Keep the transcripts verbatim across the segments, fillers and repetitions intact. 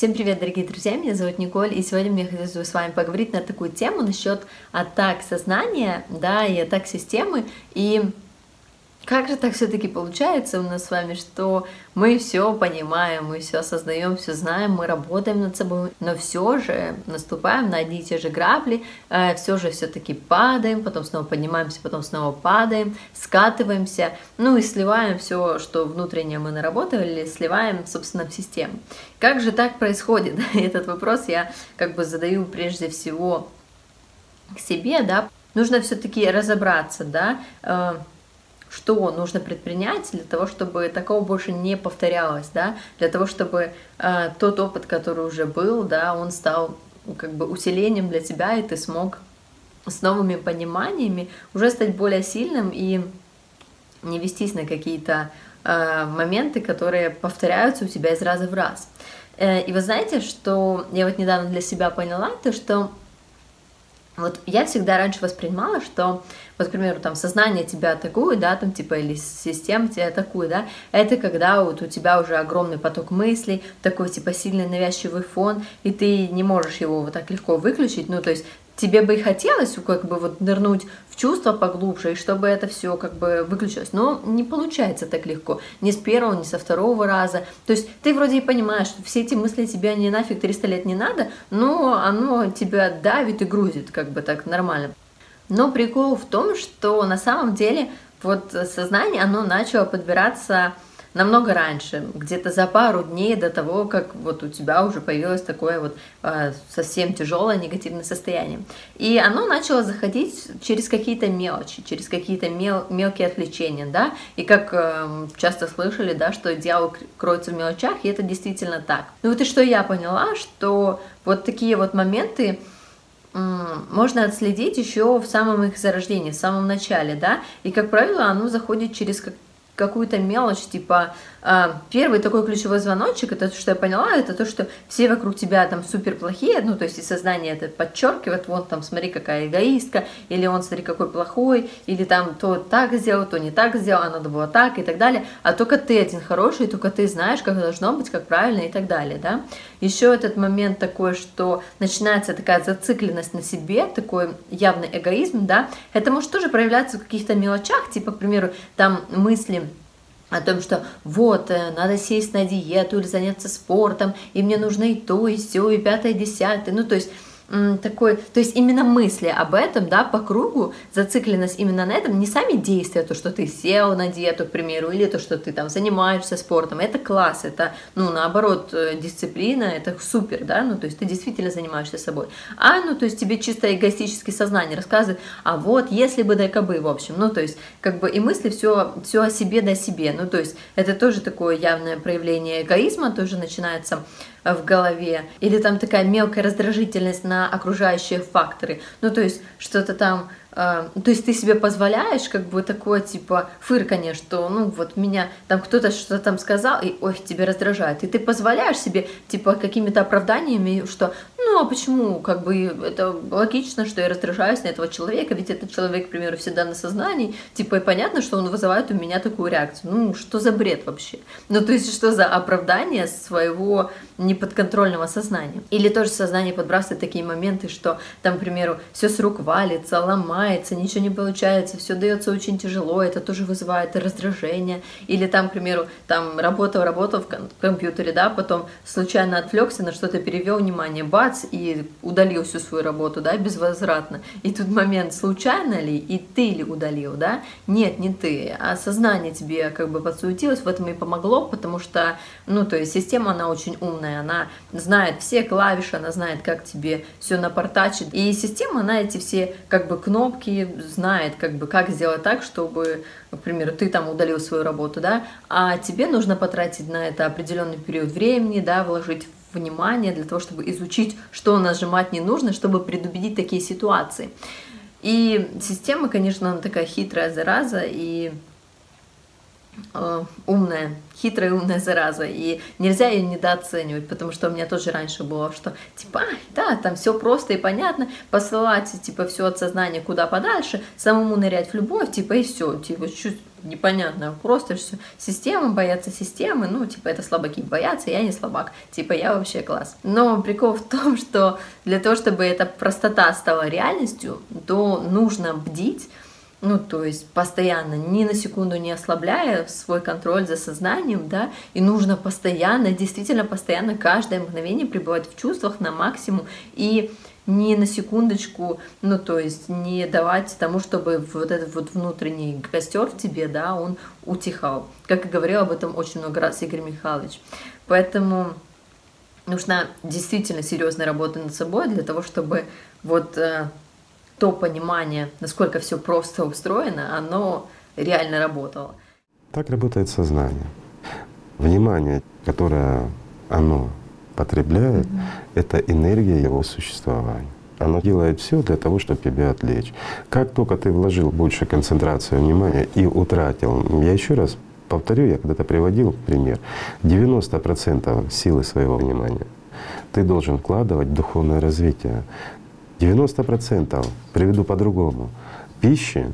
Всем привет, дорогие друзья, меня зовут Николь, и сегодня мне хотелось бы с вами поговорить на такую тему насчет атак сознания, да, и атак системы, и как же так все-таки получается у нас с вами, что мы все понимаем, мы все осознаем, все знаем, мы работаем над собой, но все же наступаем на одни и те же грабли, все же все-таки падаем, потом снова поднимаемся, потом снова падаем, скатываемся, ну и сливаем все, что внутренне мы наработали, сливаем, собственно, в систему. Как же так происходит? Этот вопрос я как бы задаю прежде всего к себе, да. Нужно все-таки разобраться, да, что нужно предпринять для того, чтобы такого больше не повторялось, да, для того, чтобы э, тот опыт, который уже был, да, он стал как бы усилением для тебя, и ты смог с новыми пониманиями уже стать более сильным и не вестись на какие-то э, моменты, которые повторяются у тебя из раза в раз. Э, и вы знаете, что я вот недавно для себя поняла, то что вот я всегда раньше воспринимала, что, вот, к примеру, там, сознание тебя атакует, да, там, типа, или система тебя атакует, да, это когда вот у тебя уже огромный поток мыслей, такой, типа, сильный навязчивый фон, и ты не можешь его вот так легко выключить, ну, то есть тебе бы и хотелось, как бы, вот, нырнуть в чувства поглубже, и чтобы это все, как бы, выключилось, но не получается так легко, ни с первого, ни со второго раза, то есть ты вроде и понимаешь, что все эти мысли тебе не нафиг триста лет не надо, но оно тебя давит и грузит, как бы, так, нормально. Но прикол в том, что на самом деле вот сознание, оно начало подбираться намного раньше, где-то за пару дней до того, как вот у тебя уже появилось такое вот э, совсем тяжелое негативное состояние. И оно начало заходить через какие-то мелочи, через какие-то мел мелкие отвлечения, да, и как э, часто слышали, да, что дьявол кроется в мелочах, и это действительно так. Ну вот и что я поняла, что вот такие вот моменты можно отследить еще в самом их зарождении, в самом начале, да, и, как правило, оно заходит через какую-то мелочь, типа, первый такой ключевой звоночек, это то, что я поняла, это то, что все вокруг тебя там супер плохие, ну, то есть и сознание это подчеркивает, вон там, смотри, какая эгоистка, или он, смотри, какой плохой, или там то так сделал, то не так сделал, а надо было так, и так далее, а только ты один хороший, только ты знаешь, как должно быть, как правильно, и так далее, да. Еще этот момент такой, что начинается такая зацикленность на себе, такой явный эгоизм, да, это может тоже проявляться в каких-то мелочах, типа, к примеру, там мысли о том, что вот, надо сесть на диету или заняться спортом, и мне нужно и то, и сё, и пятое, и десятое, ну, то есть такой, то есть именно мысли об этом, да, по кругу, зацикленность именно на этом, не сами действия, то, что ты сел на диету, к примеру, или то, что ты там занимаешься спортом, это класс, это, ну, наоборот, дисциплина, это супер, да, ну, то есть ты действительно занимаешься собой, а, ну, то есть тебе чисто эгоистическое сознание рассказывает, а вот, если бы, да кабы, в общем, ну, то есть, как бы, и мысли все, все о себе, да себе, ну, то есть, это тоже такое явное проявление эгоизма, тоже начинается в голове, или там такая мелкая раздражительность на окружающие факторы, ну то есть что-то там, э, то есть ты себе позволяешь как бы такое типа фырканье, что ну вот меня там кто-то что-то там сказал, и ой, тебе раздражает, и ты позволяешь себе типа какими-то оправданиями, что ну а почему, как бы это логично, что я раздражаюсь на этого человека, ведь этот человек, к примеру, всегда на сознании, типа и понятно, что он вызывает у меня такую реакцию, ну что за бред вообще, ну то есть что за оправдание своего неподконтрольного сознания. Или тоже сознание подбрасывает такие моменты, что там, к примеру, все с рук валится, ломается, ничего не получается, все дается очень тяжело, это тоже вызывает раздражение. Или там, к примеру, там работал, работал в компьютере, да, потом случайно отвлекся на что-то, перевел внимание, бац, и удалил всю свою работу, да, безвозвратно. И тут момент, случайно ли, и ты ли удалил, да? Нет, не ты, а сознание тебе как бы подсуетилось, в этом и помогло, потому что, ну, то есть система, она очень умная, она знает все клавиши, она знает, как тебе все напортачить. И система, она эти все как бы кнопки знает, как бы как сделать так, чтобы, например, ты там удалил свою работу, да, а тебе нужно потратить на это определенный период времени, да, вложить внимание для того, чтобы изучить, что нажимать не нужно, чтобы предупредить такие ситуации. И система, конечно, она такая хитрая зараза и умная, хитрая и умная зараза, и нельзя ее недооценивать, потому что у меня тоже раньше было, что типа, а, да, там все просто и понятно, посылать, типа, все от сознания куда подальше, самому нырять в любовь, типа, и все, типа, чуть непонятно, просто все. Система, боятся системы, ну, типа, это слабаки боятся, я не слабак, типа, я вообще класс. Но прикол в том, что для того, чтобы эта простота стала реальностью, то нужно бдить, ну, то есть постоянно, ни на секунду не ослабляя свой контроль за сознанием, да, и нужно постоянно, действительно постоянно, каждое мгновение пребывать в чувствах на максимум и ни на секундочку, ну, то есть не давать тому, чтобы вот этот вот внутренний костер в тебе, да, он утихал. Как и говорил об этом очень много раз Игорь Михайлович. Поэтому нужна действительно серьезная работа над собой для того, чтобы вот э, то понимание, насколько все просто устроено, оно реально работало. Так работает сознание. Внимание, которое оно потребляет, mm-hmm. это энергия его существования. Оно делает все для того, чтобы тебя отвлечь. Как только ты вложил больше концентрации внимания и утратил, я еще раз повторю, я когда-то приводил пример, девяносто процентов силы своего внимания ты должен вкладывать в духовное развитие. девяносто процентов, приведу по-другому, пищи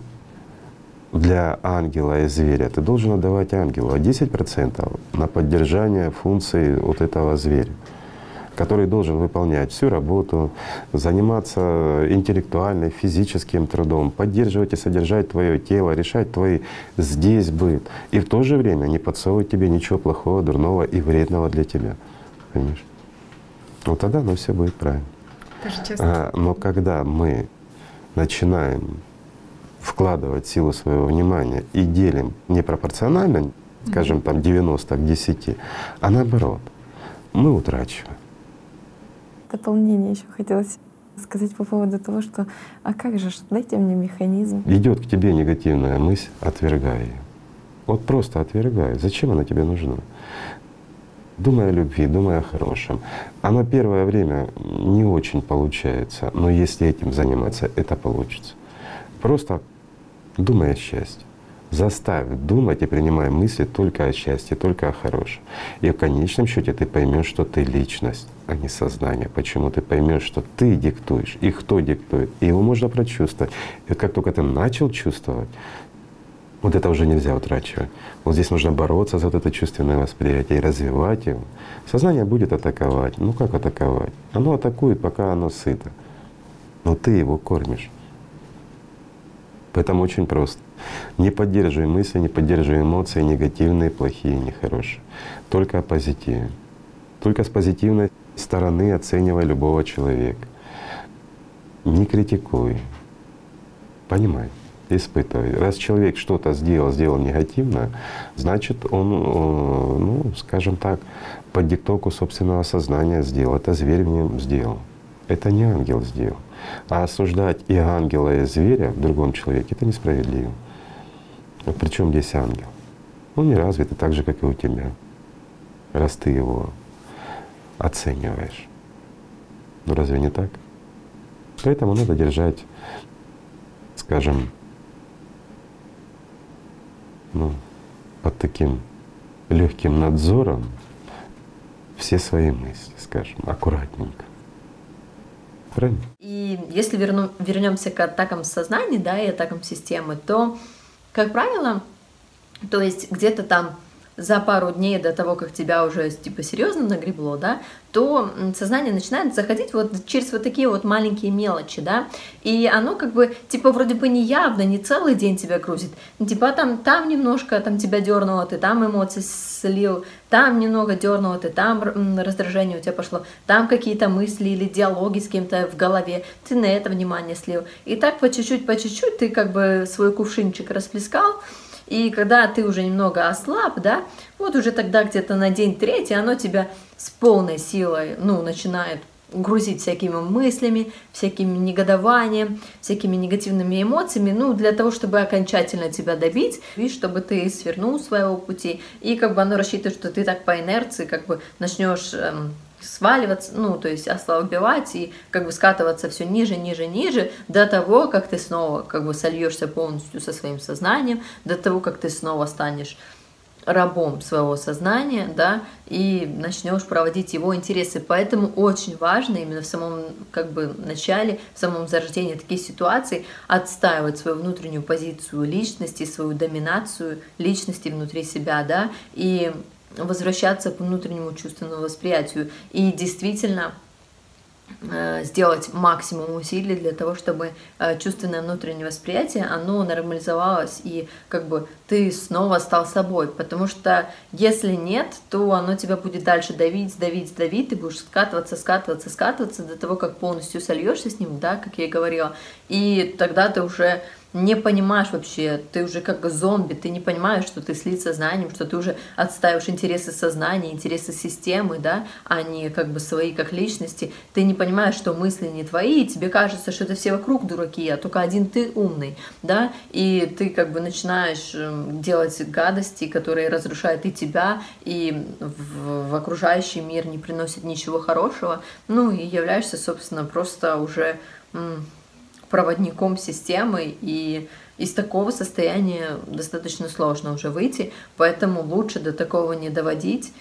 для ангела и зверя ты должен отдавать ангелу, а десять процентов на поддержание функций вот этого зверя, который должен выполнять всю работу, заниматься интеллектуальным, физическим трудом, поддерживать и содержать твое тело, решать твой здесь быт. И в то же время не подсовывать тебе ничего плохого, дурного и вредного для тебя. Понимаешь? Вот тогда оно все будет правильно. А, но когда мы начинаем вкладывать силу своего внимания и делим непропорционально, скажем, там девяносто к десяти, а наоборот, мы утрачиваем. Дополнение еще хотелось сказать по поводу того, что а как же, дайте мне механизм. Идет к тебе негативная мысль, отвергай ее. Вот просто отвергай. Зачем она тебе нужна? Думай о любви, думай о хорошем. Оно первое время не очень получается, но если этим заниматься, это получится. Просто думай о счастье. Заставь думать и принимай мысли только о счастье, только о хорошем. И в конечном счете ты поймешь, что ты личность, а не сознание. Почему ты поймешь, что ты диктуешь и кто диктует. И его можно прочувствовать. И как только ты начал чувствовать, вот это уже нельзя утрачивать. Вот здесь нужно бороться за вот это чувственное восприятие и развивать его. Сознание будет атаковать. Ну как атаковать? Оно атакует, пока оно сыто. Но ты его кормишь. Поэтому очень просто. Не поддерживай мысли, не поддерживай эмоции негативные, плохие, нехорошие. Только о позитиве. Только с позитивной стороны оценивай любого человека. Не критикуй. Понимай, испытывай. Раз человек что-то сделал, сделал негативно, значит он, ну, скажем так, под диктовку собственного сознания сделал. Это зверь в нем сделал. Это не ангел сделал. А осуждать и ангела, и зверя в другом человеке — это несправедливо. А при чем здесь ангел? Он не развитый так же, как и у тебя, раз ты его оцениваешь. Ну разве не так? Поэтому надо держать, скажем, ну, под таким легким надзором все свои мысли, скажем, аккуратненько. Правильно? И если верну, вернемся к атакам сознания, да, и атакам системы, то, как правило, то есть где-то там за пару дней до того, как тебя уже типа серьезно нагребло, да, то сознание начинает заходить вот через вот такие вот маленькие мелочи, да, и оно как бы типа вроде бы не явно, не целый день тебя грузит, ну, типа там, там немножко там тебя дернуло, ты там эмоции слил, там немного дернуло, ты там раздражение у тебя пошло, там какие-то мысли или диалоги с кем-то в голове, ты на это внимание слил, и так по чуть-чуть, по чуть-чуть ты как бы свой кувшинчик расплескал. И когда ты уже немного ослаб, да, вот уже тогда где-то на день третий оно тебя с полной силой, ну, начинает грузить всякими мыслями, всякими негодованием, всякими негативными эмоциями, ну, для того, чтобы окончательно тебя добить, и чтобы ты свернул с своего пути, и как бы оно рассчитывает, что ты так по инерции как бы начнешь эм, сваливаться, ну, то есть ослабевать и как бы скатываться все ниже, ниже, ниже, до того, как ты снова как бы сольешься полностью со своим сознанием, до того, как ты снова станешь рабом своего сознания, да, и начнешь проводить его интересы. Поэтому очень важно именно в самом как бы начале, в самом зарождении таких ситуаций отстаивать свою внутреннюю позицию личности, свою доминацию личности внутри себя, да, и возвращаться к внутреннему чувственному восприятию. И действительно сделать максимум усилий для того, чтобы чувственное внутреннее восприятие, оно нормализовалось, и как бы ты снова стал собой. Потому что если нет, то оно тебя будет дальше давить, давить, давить, ты будешь скатываться, скатываться, скатываться до того, как полностью сольешься с ним, да, как я и говорила. И тогда ты уже не понимаешь вообще, ты уже как зомби, ты не понимаешь, что ты слит сознанием, что ты уже отстаиваешь интересы сознания, интересы системы, да, а не как бы свои как личности. Ты не понимаешь, что мысли не твои, и тебе кажется, что это все вокруг дураки, а только один ты умный, да, и ты как бы начинаешь делать гадости, которые разрушают и тебя, и в, в окружающий мир не приносят ничего хорошего, ну и являешься, собственно, просто уже проводником системы, и из такого состояния достаточно сложно уже выйти, поэтому лучше до такого не доводить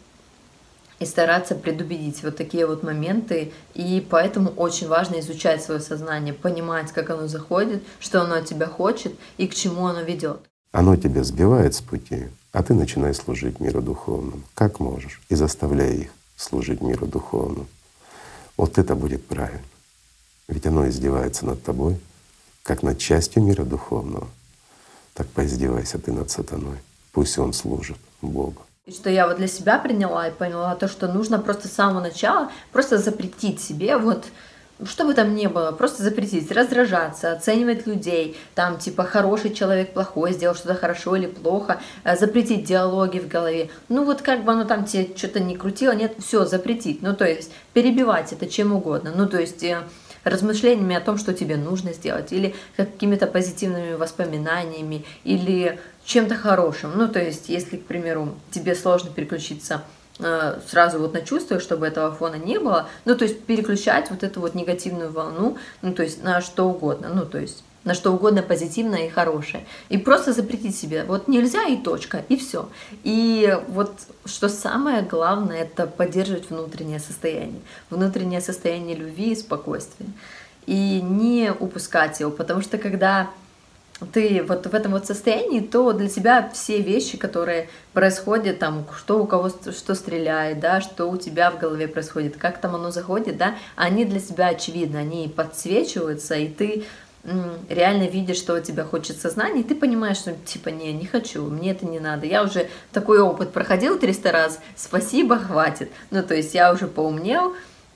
и стараться предубедить вот такие вот моменты, и поэтому очень важно изучать свое сознание, понимать, как оно заходит, что оно от тебя хочет и к чему оно ведет. Оно тебя сбивает с пути, а ты начинай служить миру духовному, как можешь, и заставляй их служить миру духовному. Вот это будет правильно. Ведь оно издевается над тобой, как над частью мира духовного. Так поиздевайся ты над сатаной. Пусть он служит Богу. И что я вот для себя приняла и поняла, то, что нужно просто с самого начала просто запретить себе, вот что бы там ни было, просто запретить, раздражаться, оценивать людей, там типа хороший человек, плохой, сделал что-то хорошо или плохо, запретить диалоги в голове. Ну вот как бы оно там тебе что-то не крутило, нет, все запретить. Ну то есть перебивать это чем угодно. Ну то есть размышлениями о том, что тебе нужно сделать, или какими-то позитивными воспоминаниями, или чем-то хорошим. Ну, то есть, если, к примеру, тебе сложно переключиться э, сразу вот на чувства, чтобы этого фона не было, ну, то есть, переключать вот эту вот негативную волну, ну, то есть, на что угодно, ну, то есть, на что угодно позитивное и хорошее. И просто запретить себе. Вот нельзя и точка, и все. И вот что самое главное, это поддерживать внутреннее состояние. Внутреннее состояние любви и спокойствия. И не упускать его, потому что когда ты вот в этом вот состоянии, то для тебя все вещи, которые происходят, там, что у кого что стреляет, да, что у тебя в голове происходит, как там оно заходит, да, они для тебя очевидны, они подсвечиваются, и ты реально видишь, что у тебя хочет сознание, и ты понимаешь, что типа не, не хочу, мне это не надо. Я уже такой опыт проходил триста раз, спасибо, хватит. Ну, то есть я уже поумнел,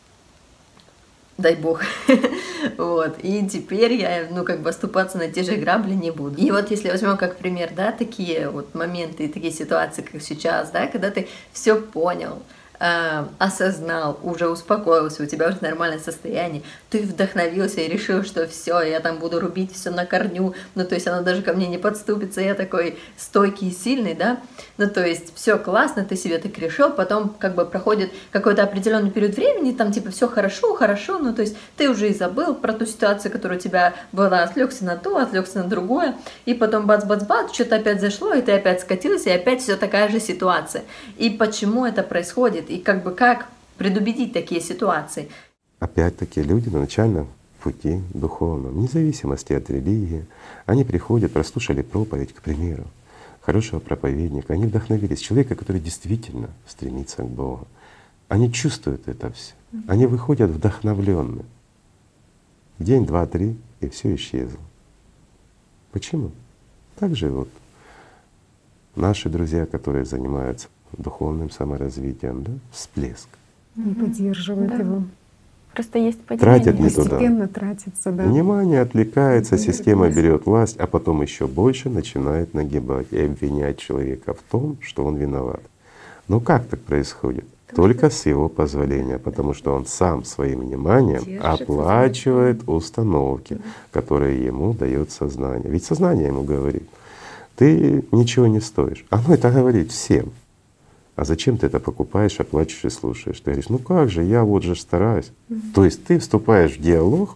дай бог. Вот. И теперь я, ну, как бы оступаться на те же грабли не буду. И вот если возьмем как пример, да, такие вот моменты, такие ситуации, как сейчас, да, когда ты все понял, осознал, уже успокоился, у тебя уже нормальное состояние, ты вдохновился и решил, что все, я там буду рубить все на корню, ну то есть оно даже ко мне не подступится, я такой стойкий и сильный, да, ну то есть все классно, ты себе так решил, потом как бы проходит какой-то определенный период времени, там типа все хорошо, хорошо, ну то есть ты уже и забыл про ту ситуацию, которая у тебя была, отвлекся на то, отвлекся на другое, и потом бац-бац-бац, что-то опять зашло, и ты опять скатился, и опять все такая же ситуация. И почему это происходит? И как бы как предубедить такие ситуации? Опять-таки люди на начальном пути духовном, вне зависимости от религии, они приходят, прослушали проповедь, к примеру, хорошего проповедника, они вдохновились, человека, который действительно стремится к Богу. Они чувствуют это все, они выходят вдохновленные. День, два, три, и все исчезло. Почему? Так же вот наши друзья, которые занимаются духовным саморазвитием, да, всплеск. Не поддерживают Да. его. Просто есть Тратят не понимание. туда. Постепенно тратится, да. Внимание отвлекается, Берет система власть. берет власть, а потом еще больше начинает нагибать и обвинять человека в том, что он виноват. Но как так происходит? Только с его позволения, потому что он сам своим вниманием Держится за оплачивает установки, которые ему дает сознание. Ведь сознание ему говорит: ты ничего не стоишь. Оно это говорит всем. А зачем ты это покупаешь, оплачиваешь и слушаешь? Ты говоришь: ну как же, я вот же стараюсь. Mm-hmm. То есть ты вступаешь в диалог,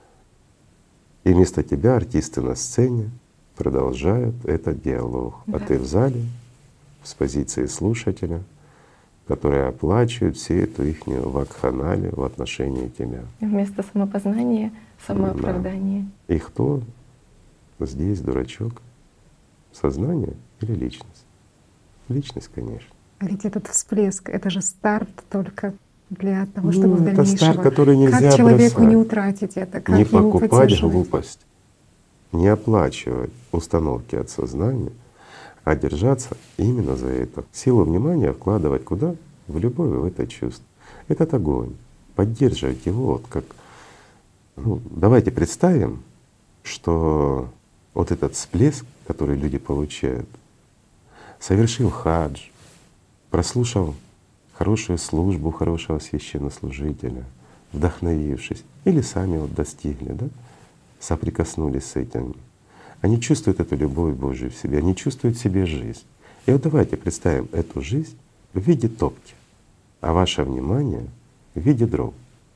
и вместо тебя артисты на сцене продолжают этот диалог. Mm-hmm. А ты в зале с позиции слушателя, который оплачивает всю эту ихнюю вакханалию в отношении тебя. Вместо самопознания — самооправдание. Да. И кто здесь дурачок? Сознание или личность? Личность, конечно. А ведь этот всплеск — это же старт только для того, чтобы Ну, в это дальнейшем… старт, который нельзя Как человеку бросать. не утратить это, как Не его покупать поддерживать? глупость, не оплачивать установки от сознания, а держаться именно за это. Силу внимания вкладывать куда? В любовь, в это чувство. Этот огонь. Поддерживать его вот как… Ну, давайте представим, что вот этот всплеск, который люди получают, совершил хадж, прослушав хорошую службу хорошего священнослужителя, вдохновившись, или сами вот достигли, да, соприкоснулись с этим. Они чувствуют эту любовь Божию в себе, они чувствуют в себе жизнь. И вот давайте представим эту жизнь в виде топки, а ваше внимание в виде дров.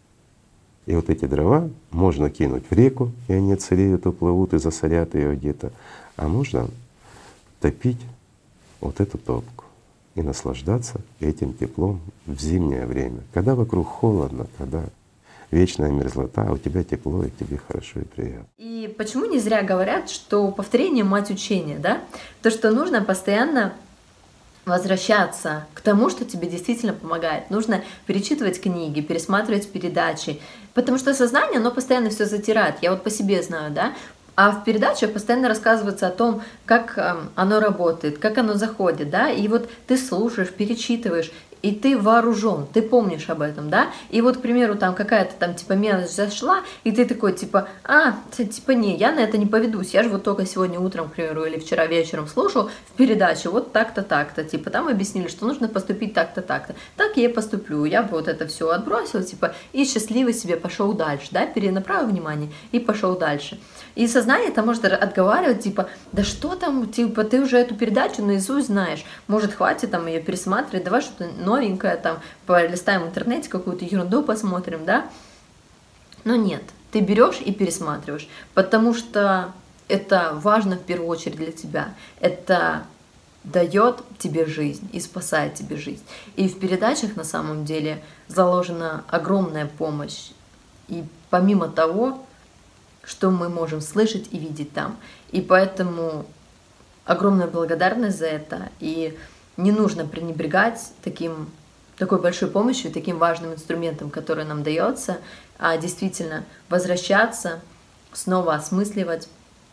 И вот эти дрова можно кинуть в реку, и они отсыреют, уплывут и засорят ее где-то, а можно топить вот эту топку и наслаждаться этим теплом в зимнее время, когда вокруг холодно, когда вечная мерзлота, а у тебя тепло, и тебе хорошо и приятно. И почему не зря говорят, что повторение — мать учения, да? То, что нужно постоянно возвращаться к тому, что тебе действительно помогает. Нужно перечитывать книги, пересматривать передачи, потому что сознание, оно постоянно все затирает. Я вот по себе знаю, да? А в передачах постоянно рассказывается о том, как оно работает, как оно заходит, да, и вот ты слушаешь, перечитываешь, и ты вооружен, ты помнишь об этом, да, и вот, к примеру, там какая-то там типа мелочь зашла, и ты такой типа, а, типа не, я на это не поведусь, я же вот только сегодня утром, к примеру, или вчера вечером слушал в передаче вот так-то, так-то, типа там объяснили, что нужно поступить так-то, так-то, так я и поступлю, я бы вот это все отбросил, типа, и счастливый себе пошел дальше, да, перенаправил внимание и пошел дальше. И сознание это может отговаривать, типа, да что там, типа, ты уже эту передачу наизусть знаешь, может, хватит там ее пересматривать, давай что-то новенькое, там, полистаем в интернете, какую-то ерунду посмотрим, да. Но нет, ты берешь и пересматриваешь, потому что это важно в первую очередь для тебя. Это дает тебе жизнь и спасает тебе жизнь. И в передачах на самом деле заложена огромная помощь. И помимо того, что мы можем слышать и видеть там. И поэтому огромная благодарность за это. И не нужно пренебрегать таким, такой большой помощью, таким важным инструментом, который нам дается, а действительно возвращаться, снова осмысливать.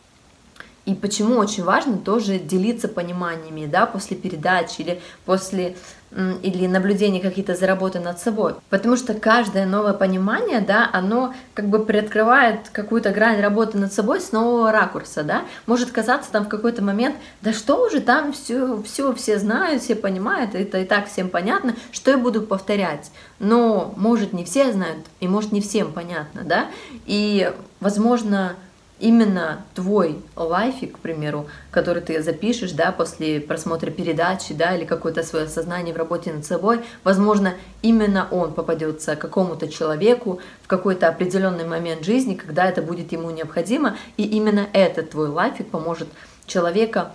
И почему очень важно тоже делиться пониманиями, да, после передач или после или наблюдения какие-то за работой над собой. Потому что каждое новое понимание, да, оно как бы приоткрывает какую-то грань работы над собой с нового ракурса, да. Может казаться там в какой-то момент, да что уже там все, все, все знают, все понимают, это и так всем понятно, что я буду повторять. Но может не все знают, и может не всем понятно, да. И возможно, именно твой лайфик, к примеру, который ты запишешь, да, после просмотра передачи, да, или какое-то свое сознание в работе над собой, возможно, именно он попадется какому-то человеку в какой-то определенный момент жизни, когда это будет ему необходимо, и именно этот твой лайфик поможет человека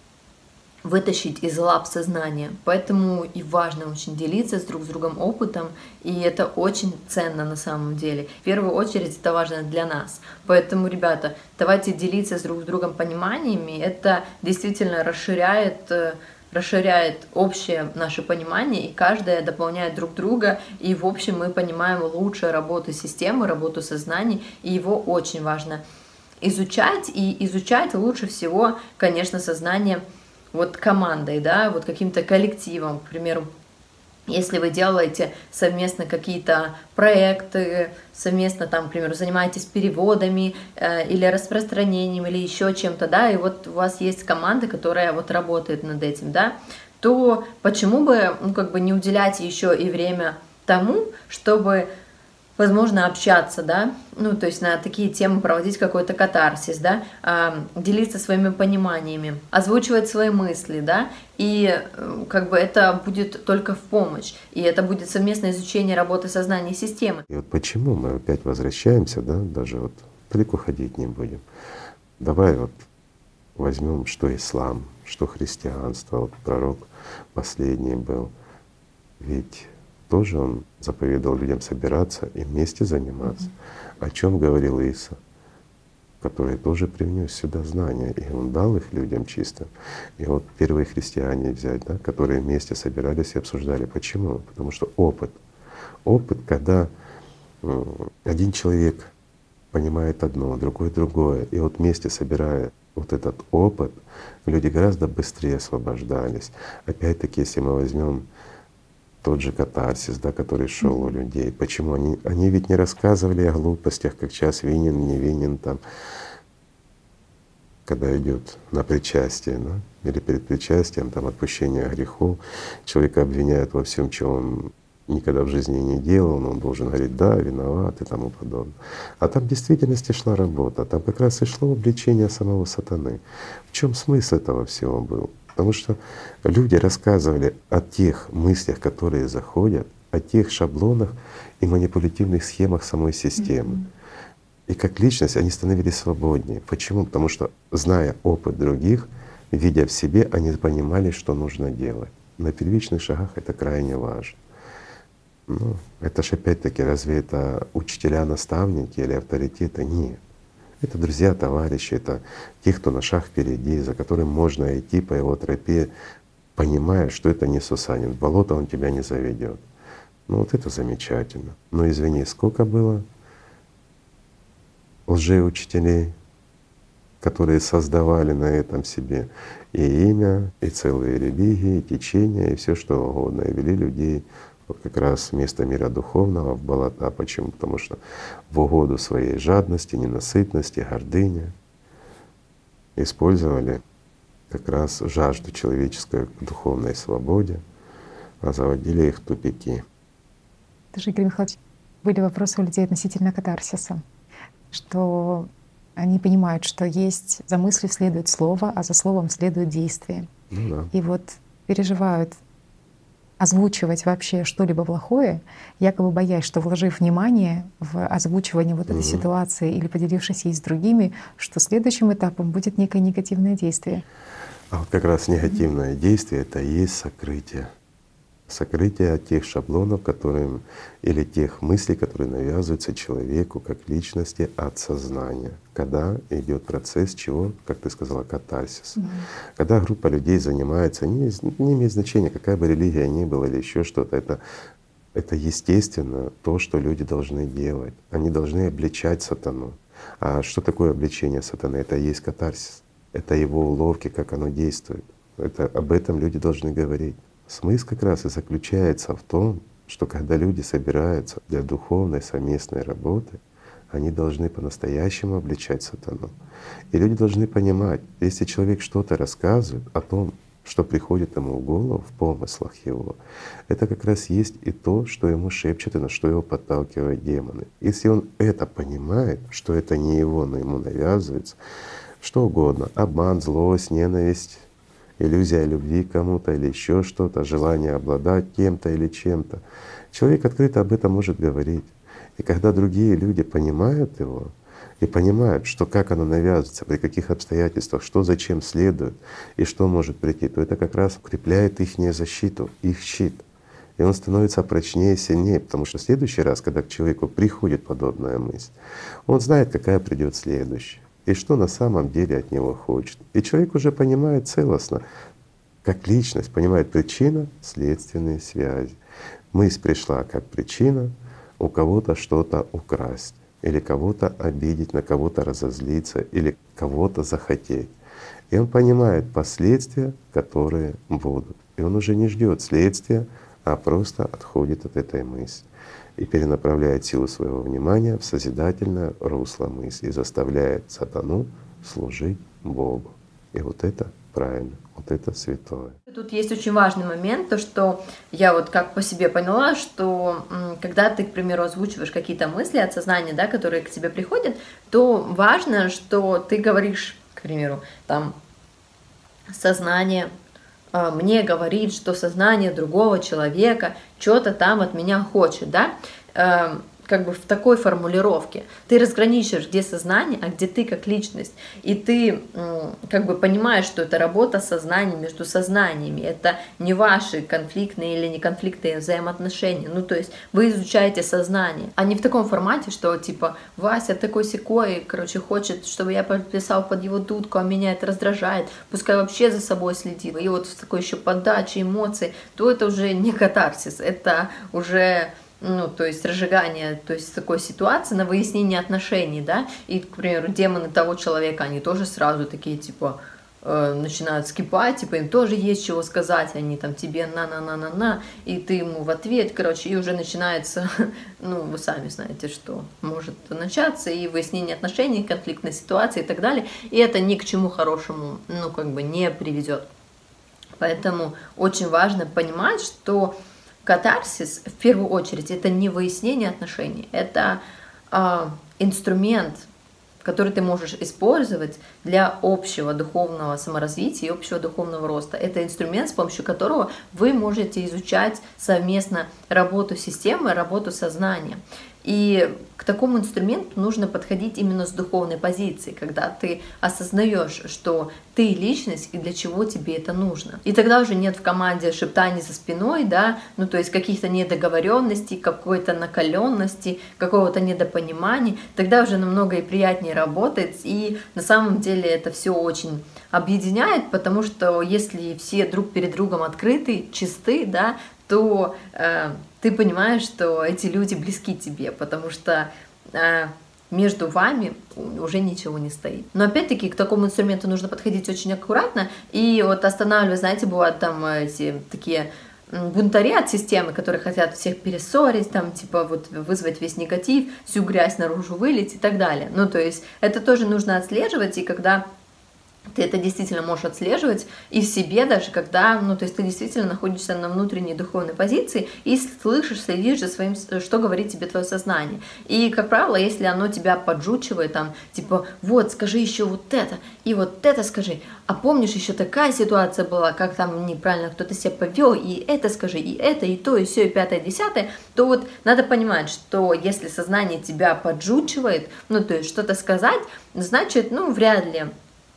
вытащить из лап сознания. Поэтому и важно очень делиться с друг с другом опытом, и это очень ценно на самом деле. В первую очередь это важно для нас. Поэтому, ребята, давайте делиться с друг с другом пониманиями. Это действительно расширяет, расширяет общее наше понимание, и каждое дополняет друг друга, и в общем мы понимаем лучше работу системы, работу сознания, и его очень важно изучать, и изучать лучше всего, конечно, сознание вот командой, да, вот каким-то коллективом, к примеру, если вы делаете совместно какие-то проекты, совместно там, к примеру, занимаетесь переводами э, или распространением, или еще чем-то, да, и вот у вас есть команда, которая вот работает над этим, да, то почему бы, ну, как бы не уделять еще и время тому, чтобы, возможно, общаться, да, ну, то есть на такие темы проводить какой-то катарсис, да, э, делиться своими пониманиями, озвучивать свои мысли, да, и э, как бы это будет только в помощь, и это будет совместное изучение работы сознания и системы. И вот почему мы опять возвращаемся, да, даже вот далеко ходить не будем. Давай вот возьмем, что ислам, что христианство. Вот пророк последний был, ведь тоже он заповедовал людям собираться и вместе заниматься. Mm-hmm. О чем говорил Иса, который тоже привнес сюда знания, и он дал их людям чисто. И вот первые христиане взять, да, которые вместе собирались и обсуждали. Почему? Потому что опыт. Опыт, когда один человек понимает одно, другой другое, и вот вместе собирая вот этот опыт, люди гораздо быстрее освобождались. Опять-таки, если мы возьмем тот же катарсис, да, который шел у людей. Почему? Они, они ведь не рассказывали о глупостях, как сейчас винен, не винен там, когда идет на причастие, да, или перед причастием, там отпущение грехов, человека обвиняют во всем, чего он никогда в жизни не делал, но он должен говорить «да, виноват» и тому подобное. А там в действительности шла работа, там как раз и шло обличение самого сатаны. В чем смысл этого всего был? Потому что люди рассказывали о тех мыслях, которые заходят, о тех шаблонах и манипулятивных схемах самой системы. Mm-hmm. И как личность они становились свободнее. Почему? Потому что, зная опыт других, видя в себе, они понимали, что нужно делать. На первичных шагах это крайне важно. Ну, это ж опять-таки, разве это учителя, наставники или авторитеты? Нет. Это друзья, товарищи, это те, кто на шаг впереди, за которым можно идти по его тропе, понимая, что это не Сусанин, в болото он тебя не заведет. Ну вот это замечательно. Но извини, сколько было лжеучителей, которые создавали на этом себе и имя, и целые религии, и течения, и все что угодно, и вели людей вот как раз вместо мира духовного в болота. Почему? Потому что в угоду своей жадности, ненасытности, гордыни использовали как раз жажду человеческую к духовной свободе, а заводили их в тупики. Даже, Игорь Михайлович, были вопросы у людей относительно катарсиса, что они понимают, что есть за мыслью следует слово, а за словом следует действие. Ну, да. И вот переживают озвучивать вообще что-либо плохое, якобы боясь, что вложив внимание в озвучивание вот этой угу. ситуации или поделившись ей с другими, что следующим этапом будет некое негативное действие. А вот как раз негативное mm-hmm. действие — это и есть сокрытие. Сокрытие тех шаблонов, которые, или тех мыслей, которые навязываются человеку как личности от сознания, когда идет процесс чего, как ты сказала, катарсис. Mm-hmm. Когда группа людей занимается, не, не имеет значения, какая бы религия ни была или еще что-то, это, это естественно то, что люди должны делать. Они должны обличать сатану. А что такое обличение сатаны? Это и есть катарсис. Это его уловки, как оно действует. Это, об этом люди должны говорить. Смысл как раз и заключается в том, что когда люди собираются для духовной совместной работы, они должны по-настоящему обличать сатану. И люди должны понимать, если человек что-то рассказывает о том, что приходит ему в голову в помыслах его, это как раз есть и то, что ему шепчет и на что его подталкивают демоны. Если он это понимает, что это не его, но ему навязывается, что угодно — обман, злость, ненависть, иллюзия любви к кому-то или еще что-то, желание обладать кем-то или чем-то. Человек открыто об этом может говорить. И когда другие люди понимают его и понимают, что как оно навязывается, при каких обстоятельствах, что зачем следует и что может прийти, то это как раз укрепляет их защиту, их щит. И он становится прочнее, сильнее, потому что в следующий раз, когда к человеку приходит подобная мысль, он знает, какая придет следующая и что на самом деле от него хочет. И человек уже понимает целостно, как личность, понимает причинно-следственные связи. Мысль пришла как причина у кого-то что-то украсть, или кого-то обидеть, на кого-то разозлиться, или кого-то захотеть. И он понимает последствия, которые будут. И он уже не ждет следствия, а просто отходит от этой мысли и перенаправляет силу своего внимания в созидательное русло мысли и заставляет сатану служить Богу. И вот это правильно, вот это святое. Тут есть очень важный момент, то что я вот как по себе поняла, что когда ты, к примеру, озвучиваешь какие-то мысли от сознания, да, которые к тебе приходят, то важно, что ты говоришь, к примеру, там сознание мне говорит, что сознание другого человека что-то там от меня хочет, да. как бы в такой формулировке. Ты разграничиваешь, где сознание, а где ты как личность. И ты как бы понимаешь, что это работа сознания между сознаниями. Это не ваши конфликтные или неконфликтные взаимоотношения. Ну, то есть вы изучаете сознание, а не в таком формате, что типа Вася такой-сякой, короче, хочет, чтобы я подписал под его дудку, а меня это раздражает, пускай вообще за собой следит. И вот в такой еще подаче эмоций, то это уже не катарсис, это уже... ну, то есть разжигание, то есть такой ситуации на выяснение отношений, да, и, к примеру, демоны того человека, они тоже сразу такие, типа, э, начинают скипать, типа, им тоже есть чего сказать, они там тебе на-на-на-на-на, и ты ему в ответ, короче, и уже начинается, ну, вы сами знаете, что может начаться, и выяснение отношений, конфликтной ситуации и так далее, и это ни к чему хорошему, ну, как бы не приведет. Поэтому очень важно понимать, что катарсис, в первую очередь, это не выяснение отношений, это э, инструмент, который ты можешь использовать для общего духовного саморазвития и общего духовного роста. Это инструмент, с помощью которого вы можете изучать совместно работу системы, работу сознания. И к такому инструменту нужно подходить именно с духовной позиции, когда ты осознаешь, что ты личность и для чего тебе это нужно. И тогда уже нет в команде шептаний за спиной, да, ну то есть каких-то недоговоренностей, какой-то накаленности, какого-то недопонимания. Тогда уже намного и приятнее работать, и на самом деле это все очень объединяет, потому что если все друг перед другом открыты, чисты, да, то э, ты понимаешь, что эти люди близки тебе, потому что э, между вами уже ничего не стоит. Но опять-таки к такому инструменту нужно подходить очень аккуратно, и вот останавливать, знаете, бывают там эти такие бунтари от системы, которые хотят всех перессорить, там, типа, вот вызвать весь негатив, всю грязь наружу вылить и так далее. Ну, то есть это тоже нужно отслеживать, и когда ты это действительно можешь отслеживать и в себе даже, когда, ну, то есть ты действительно находишься на внутренней духовной позиции и слышишь, следишь за своим, что говорит тебе твое сознание. И, как правило, если оно тебя поджучивает, там, типа, вот, скажи еще вот это, и вот это скажи, а помнишь, еще такая ситуация была, как там неправильно кто-то себя повел, и это скажи, и это, и то, и все, и пятое, и десятое, то вот надо понимать, что если сознание тебя поджучивает, ну, то есть что-то сказать, значит, ну, вряд ли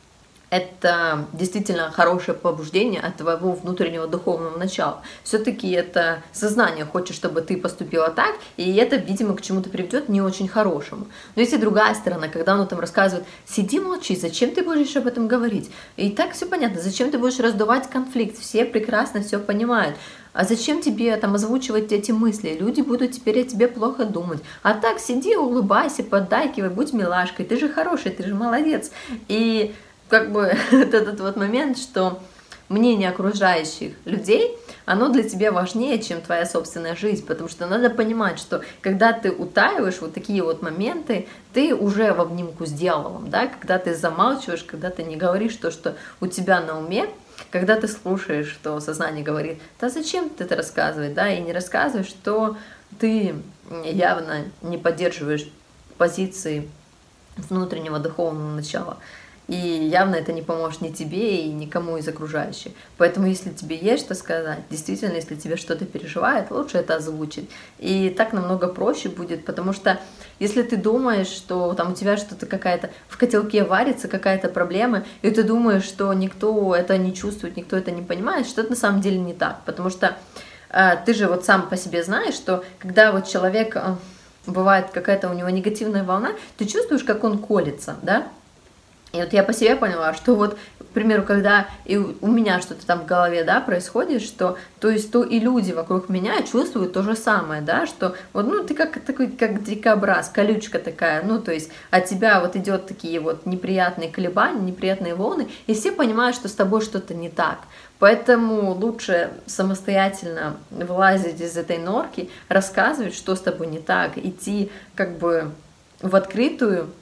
это действительно хорошее побуждение от твоего внутреннего духовного начала. Все-таки это сознание хочет, чтобы ты поступила так, и это, видимо, к чему-то приведет не очень хорошему. Но если другая сторона, когда оно там рассказывает, сиди, молчи, зачем ты будешь об этом говорить? И так все понятно, зачем ты будешь раздувать конфликт, все прекрасно все понимают. А зачем тебе там озвучивать эти мысли? Люди будут теперь о тебе плохо думать. А так сиди, улыбайся, поддакивай, будь милашкой, ты же хороший, ты же молодец. И как бы вот этот вот момент, что мнение окружающих людей, оно для тебя важнее, чем твоя собственная жизнь, потому что надо понимать, что когда ты утаиваешь вот такие вот моменты, ты уже в обнимку с дьяволом, да, когда ты замалчиваешь, когда ты не говоришь то, что у тебя на уме, когда ты слушаешь, что сознание говорит, да зачем ты это рассказывать, да, и не рассказываешь, что ты явно не поддерживаешь позиции внутреннего духовного начала. И явно это не поможет ни тебе и никому из окружающих. Поэтому, если тебе есть что сказать, действительно, если тебе что-то переживает, лучше это озвучить. И так намного проще будет, потому что если ты думаешь, что там у тебя что-то какая-то в котелке варится, какая-то проблема, и ты думаешь, что никто это не чувствует, никто это не понимает, что это на самом деле не так. Потому что э, ты же вот сам по себе знаешь, что когда вот человек, э, бывает какая-то у него негативная волна, ты чувствуешь, как он колется, да? И вот я по себе поняла, что вот, к примеру, когда и у меня что-то там в голове, да, происходит, что, то есть, то и люди вокруг меня чувствуют то же самое, да, что вот, ну, ты как такой, как дикобраз, колючка такая, ну, то есть, от тебя вот идет такие вот неприятные колебания, неприятные волны, и все понимают, что с тобой что-то не так. Поэтому лучше самостоятельно вылазить из этой норки, рассказывать, что с тобой не так, идти как бы в открытую,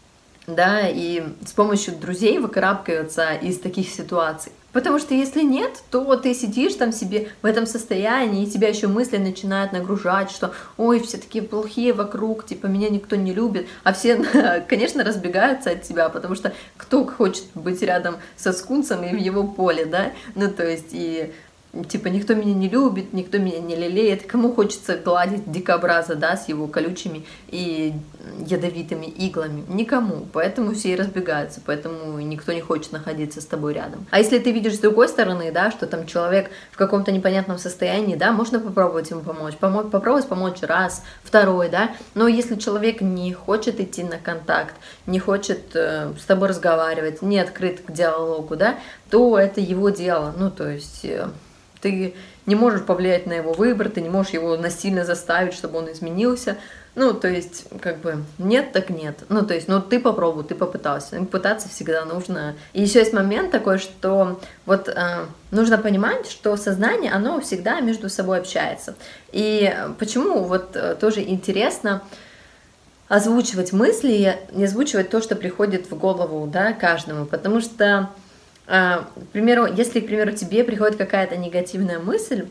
да, и с помощью друзей выкарабкиваться из таких ситуаций. Потому что если нет, то ты сидишь там себе в этом состоянии, и тебя еще мысли начинают нагружать, что ой, все такие плохие вокруг, типа меня никто не любит, а все, конечно, разбегаются от тебя, потому что кто хочет быть рядом со скунсом и в его поле, да, ну то есть и типа никто меня не любит, никто меня не лелеет. Кому хочется гладить дикобраза, да, с его колючими и ядовитыми иглами? Никому. Поэтому все и разбегаются, поэтому никто не хочет находиться с тобой рядом. А если ты видишь с другой стороны, да, что там человек в каком-то непонятном состоянии, да, можно попробовать ему помочь. Помочь, попробовать помочь раз, второй, да. Но если человек не хочет идти на контакт, не хочет э, с тобой разговаривать, не открыт к диалогу, да, то это его дело. Ну, то есть э, ты не можешь повлиять на его выбор, ты не можешь его насильно заставить, чтобы он изменился. Ну, то есть, как бы, нет, так нет. Ну, то есть, ну, ты попробуй, ты попытался. Пытаться всегда нужно. И еще есть момент такой, что вот э, нужно понимать, что сознание, оно всегда между собой общается. И почему вот э, тоже интересно озвучивать мысли, не озвучивать то, что приходит в голову, да, каждому. Потому что, э, к примеру, если, к примеру, тебе приходит какая-то негативная мысль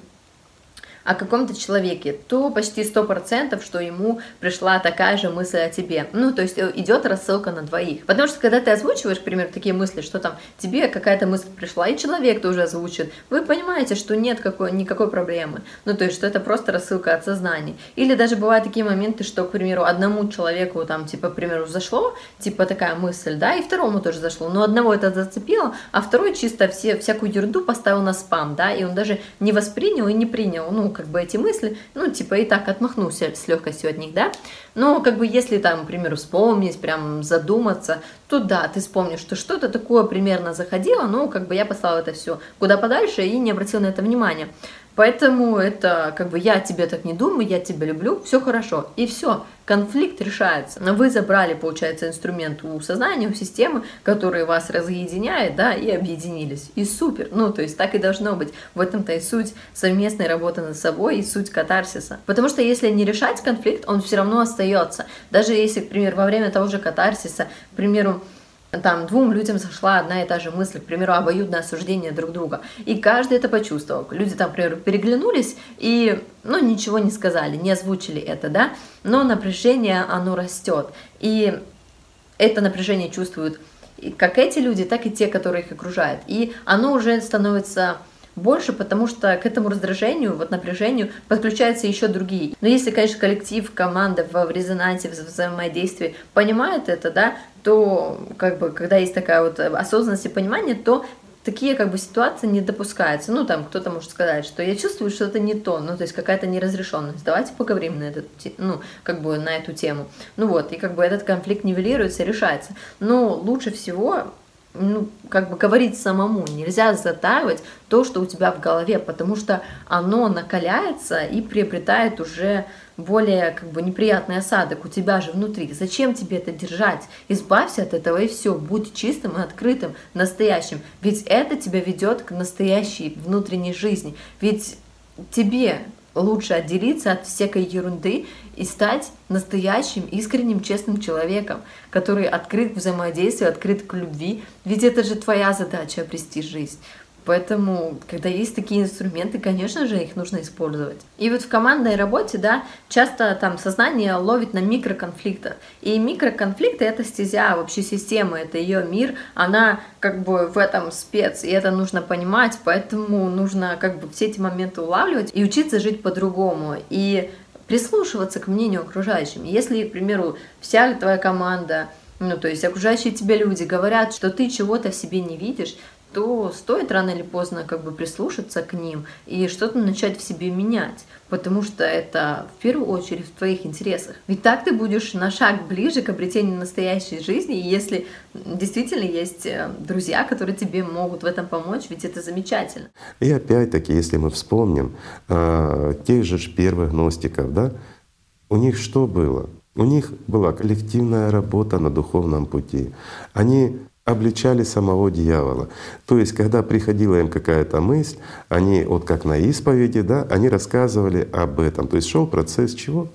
о каком-то человеке, то почти сто процентов, что ему пришла такая же мысль о тебе. Ну, то есть идет рассылка на двоих. Потому что когда ты озвучиваешь, к примеру, такие мысли, что там тебе какая-то мысль пришла, и человек тоже озвучит, вы понимаете, что нет какой, никакой проблемы. Ну, то есть, что это просто рассылка от сознания. Или даже бывают такие моменты, что, к примеру, одному человеку там, типа, к примеру, зашло, типа, такая мысль, да, и второму тоже зашло. Но одного это зацепило, а второй чисто все, всякую ерунду поставил на спам, да, и он даже не воспринял и не принял, ну, как бы эти мысли, ну, типа, и так отмахнулся с легкостью от них, да. Но, как бы, если там, к примеру, вспомнить, прям задуматься, то да, ты вспомнишь, что что-то такое примерно заходило, но, как бы, я послала это все куда подальше и не обратила на это внимания. Поэтому это, как бы, я тебе так не думаю, я тебя люблю, все хорошо, и все, конфликт решается. Вы забрали, получается, инструмент у сознания, у системы, который вас разъединяет, да, и объединились, и супер, ну, то есть так и должно быть. В этом-то и суть совместной работы над собой, и суть катарсиса. Потому что если не решать конфликт, он все равно остается. Даже если, к примеру, во время того же катарсиса, к примеру, там двум людям зашла одна и та же мысль, к примеру, обоюдное осуждение друг друга. И каждый это почувствовал. Люди там, к примеру, переглянулись и, ну, ничего не сказали, не озвучили это, да, но напряжение, оно растет. И это напряжение чувствуют как эти люди, так и те, которые их окружают. И оно уже становится больше, потому что к этому раздражению, вот напряжению подключаются еще другие. Но если, конечно, коллектив, команда в резонансе, в взаимодействии понимает это, да, то, как бы, когда есть такая вот осознанность и понимание, то такие, как бы, ситуации не допускаются. Ну, там кто-то может сказать, что я чувствую, что это не то, ну, то есть какая-то неразрешенность. Давайте поговорим на эту, ну, как бы, на эту тему. Ну вот, и как бы этот конфликт нивелируется, решается. Но лучше всего, ну, как бы, говорить самому. Нельзя затаивать то, что у тебя в голове, потому что оно накаляется и приобретает уже более, как бы, неприятный осадок у тебя же внутри. Зачем тебе это держать? Избавься от этого и все. Будь чистым и открытым, настоящим. Ведь это тебя ведет к настоящей внутренней жизни. Ведь тебе лучше отделиться от всякой ерунды и стать настоящим, искренним, честным человеком, который открыт к взаимодействию, открыт к любви. Ведь это же твоя задача — обрести жизнь. Поэтому, когда есть такие инструменты, конечно же, их нужно использовать. И вот в командной работе, да, часто там сознание ловит на микроконфликтах. И микроконфликты — это стезя вообще системы, это ее мир, она как бы в этом спец, и это нужно понимать, поэтому нужно как бы все эти моменты улавливать и учиться жить по-другому. И прислушиваться к мнению окружающим. Если, к примеру, вся твоя команда, ну, то есть окружающие тебя люди говорят, что ты чего-то в себе не видишь, то стоит рано или поздно, как бы, прислушаться к ним и что-то начать в себе менять, потому что это в первую очередь в твоих интересах. Ведь так ты будешь на шаг ближе к обретению настоящей жизни, и если действительно есть друзья, которые тебе могут в этом помочь, ведь это замечательно. И опять-таки, если мы вспомним э, тех же первых гностиков, да, у них что было? У них была коллективная работа на духовном пути. Они обличали самого дьявола. То есть, когда приходила им какая-то мысль, они, вот как на исповеди, да, они рассказывали об этом. То есть шел процесс чего?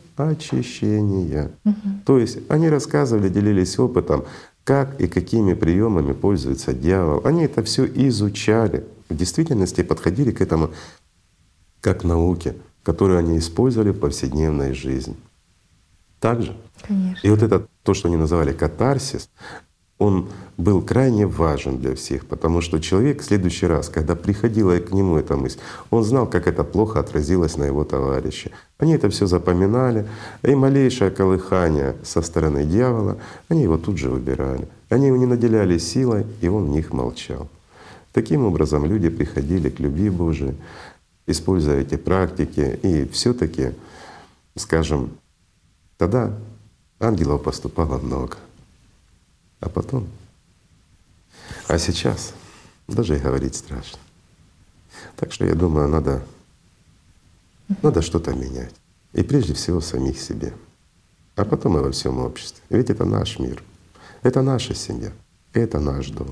Очищения. Угу. То есть они рассказывали, делились опытом, как и какими приемами пользуется дьявол. Они это все изучали. В действительности подходили к этому как к науке, которую они использовали в повседневной жизни. Так же? Конечно. И вот это то, что они называли катарсис, он был крайне важен для всех, потому что человек в следующий раз, когда приходила к нему эта мысль, он знал, как это плохо отразилось на его товарище. Они это все запоминали, и малейшее колыхание со стороны дьявола, они его тут же выбирали. Они его не наделяли силой, и он в них молчал. Таким образом люди приходили к любви Божией, используя эти практики, и все-таки, скажем, тогда ангелов поступало много. А потом, а сейчас даже и говорить страшно. Так что я думаю, надо, надо что-то менять. И прежде всего самих себе, а потом и во всем обществе. Ведь это наш мир, это наша семья, это наш дом.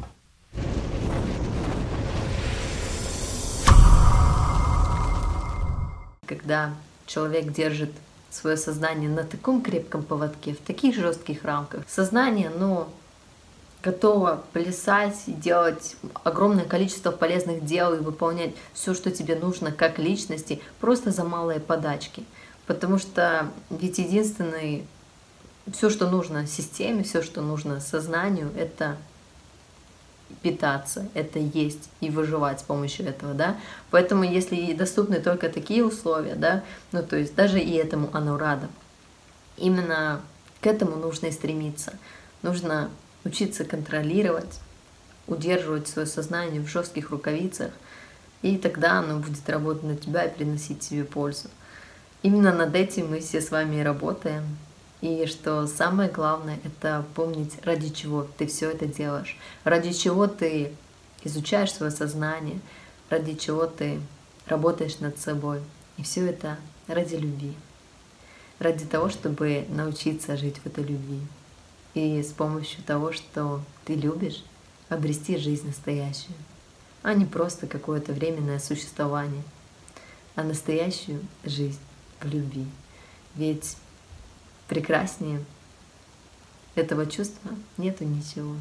Когда человек держит свое сознание на таком крепком поводке, в таких жестких рамках, сознание, ну, готово плясать и делать огромное количество полезных дел и выполнять все, что тебе нужно как личности, просто за малые подачки. Потому что ведь единственный, все, что нужно системе, все, что нужно сознанию, это питаться, это есть и выживать с помощью этого, да. Поэтому если доступны только такие условия, да, ну то есть даже и этому оно радо. Именно к этому нужно и стремиться. Нужно учиться контролировать, удерживать свое сознание в жестких рукавицах, и тогда оно будет работать на тебя и приносить тебе пользу. Именно над этим мы все с вами и работаем. И что самое главное, это помнить, ради чего ты все это делаешь, ради чего ты изучаешь свое сознание, ради чего ты работаешь над собой. И все это ради любви, ради того, чтобы научиться жить в этой любви. И с помощью того, что ты любишь, обрести жизнь настоящую, а не просто какое-то временное существование, а настоящую жизнь в любви. Ведь прекраснее этого чувства нету ничего.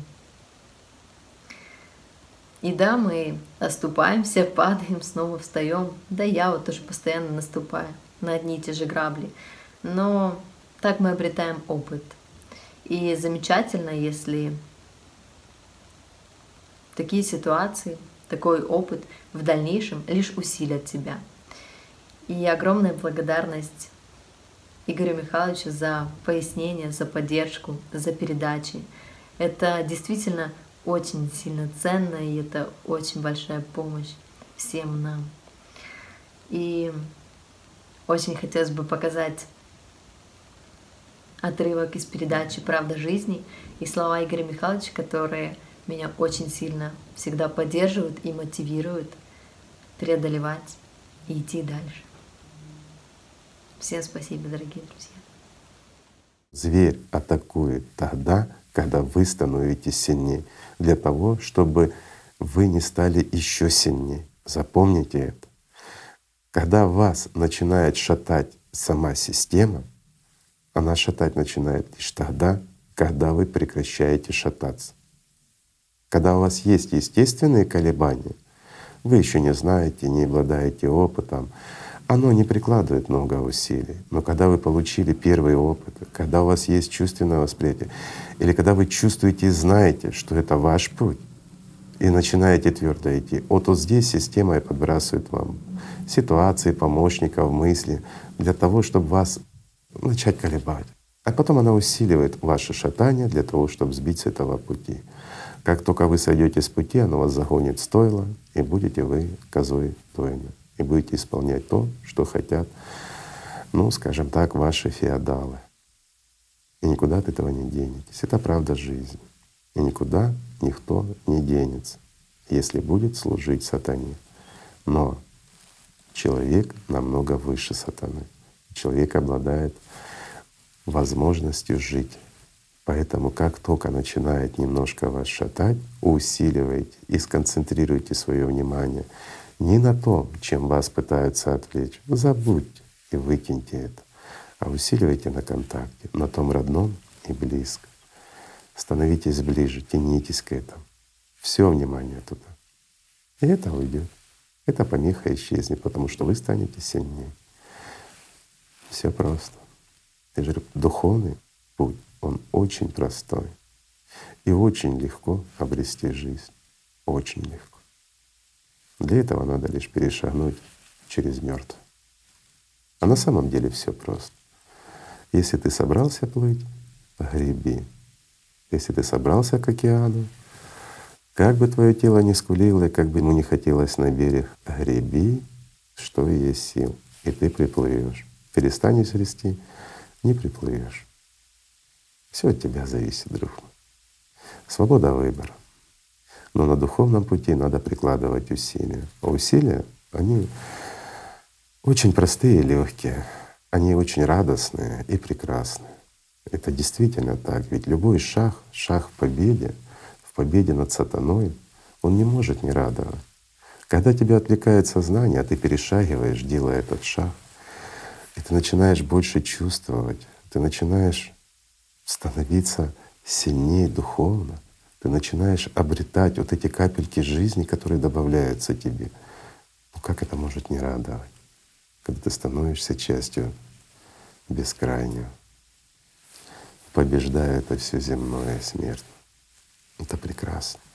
И да, мы оступаемся, падаем, снова встаем. Да, я вот тоже постоянно наступаю на одни и те же грабли. Но так мы обретаем опыт. И замечательно, если такие ситуации, такой опыт в дальнейшем лишь усилят тебя. И огромная благодарность Игорю Михайловичу за пояснение, за поддержку, за передачи. Это действительно очень сильно ценно, и это очень большая помощь всем нам. И очень хотелось бы показать отрывок из передачи «Правда жизни» и слова Игоря Михайловича, которые меня очень сильно всегда поддерживают и мотивируют преодолевать и идти дальше. Всем спасибо, дорогие друзья. Зверь атакует тогда, когда вы становитесь сильнее, для того, чтобы вы не стали еще сильнее. Запомните это. Когда вас начинает шатать сама система, она шатать начинает лишь тогда, когда вы прекращаете шататься. Когда у вас есть естественные колебания, вы еще не знаете, не обладаете опытом, оно не прикладывает много усилий. Но когда вы получили первый опыт, когда у вас есть чувственное восприятие, или когда вы чувствуете и знаете, что это ваш путь, и начинаете твердо идти, вот, вот здесь система и подбрасывает вам ситуации, помощников, мысли для того, чтобы вас начать колебать. А потом она усиливает ваше шатание для того, чтобы сбить с этого пути. Как только вы сойдете с пути, оно вас загонит в стойло, и будете вы козой Тойна. И будете исполнять то, что хотят, ну, скажем так, ваши феодалы. И никуда от этого не денетесь. Это правда жизни. И никуда никто не денется, если будет служить сатане. Но человек намного выше сатаны. Человек обладает возможностью жить. Поэтому как только начинает немножко вас шатать, усиливайте и сконцентрируйте свое внимание не на том, чем вас пытаются отвлечь. Забудьте и выкиньте это, а усиливайте на контакте, на том родном и близко. Становитесь ближе, тянитесь к этому. Все внимание туда. И это уйдет. Эта помеха исчезнет, потому что вы станете сильнее. Все просто. Я же говорю, духовный путь, он очень простой. И очень легко обрести жизнь. Очень легко. Для этого надо лишь перешагнуть через мертвое. А на самом деле все просто. Если ты собрался плыть, греби. Если ты собрался к океану, как бы твое тело ни скулило, и как бы ему не хотелось на берег, греби, что есть сил, и ты приплывешь. Перестанешь грести, не приплывешь. Все от тебя зависит, друг мой. Свобода выбора. Но на духовном пути надо прикладывать усилия. А усилия, они очень простые и легкие, они очень радостные и прекрасные. Это действительно так. Ведь любой шаг, шаг в победе, в победе над сатаной, он не может не радовать. Когда тебя отвлекает сознание, а ты перешагиваешь, делая этот шаг, и ты начинаешь больше чувствовать, ты начинаешь становиться сильнее духовно, ты начинаешь обретать вот эти капельки жизни, которые добавляются тебе. Ну как это может не радовать, когда ты становишься частью бескрайнего, побеждая это все земное смерть? Это прекрасно.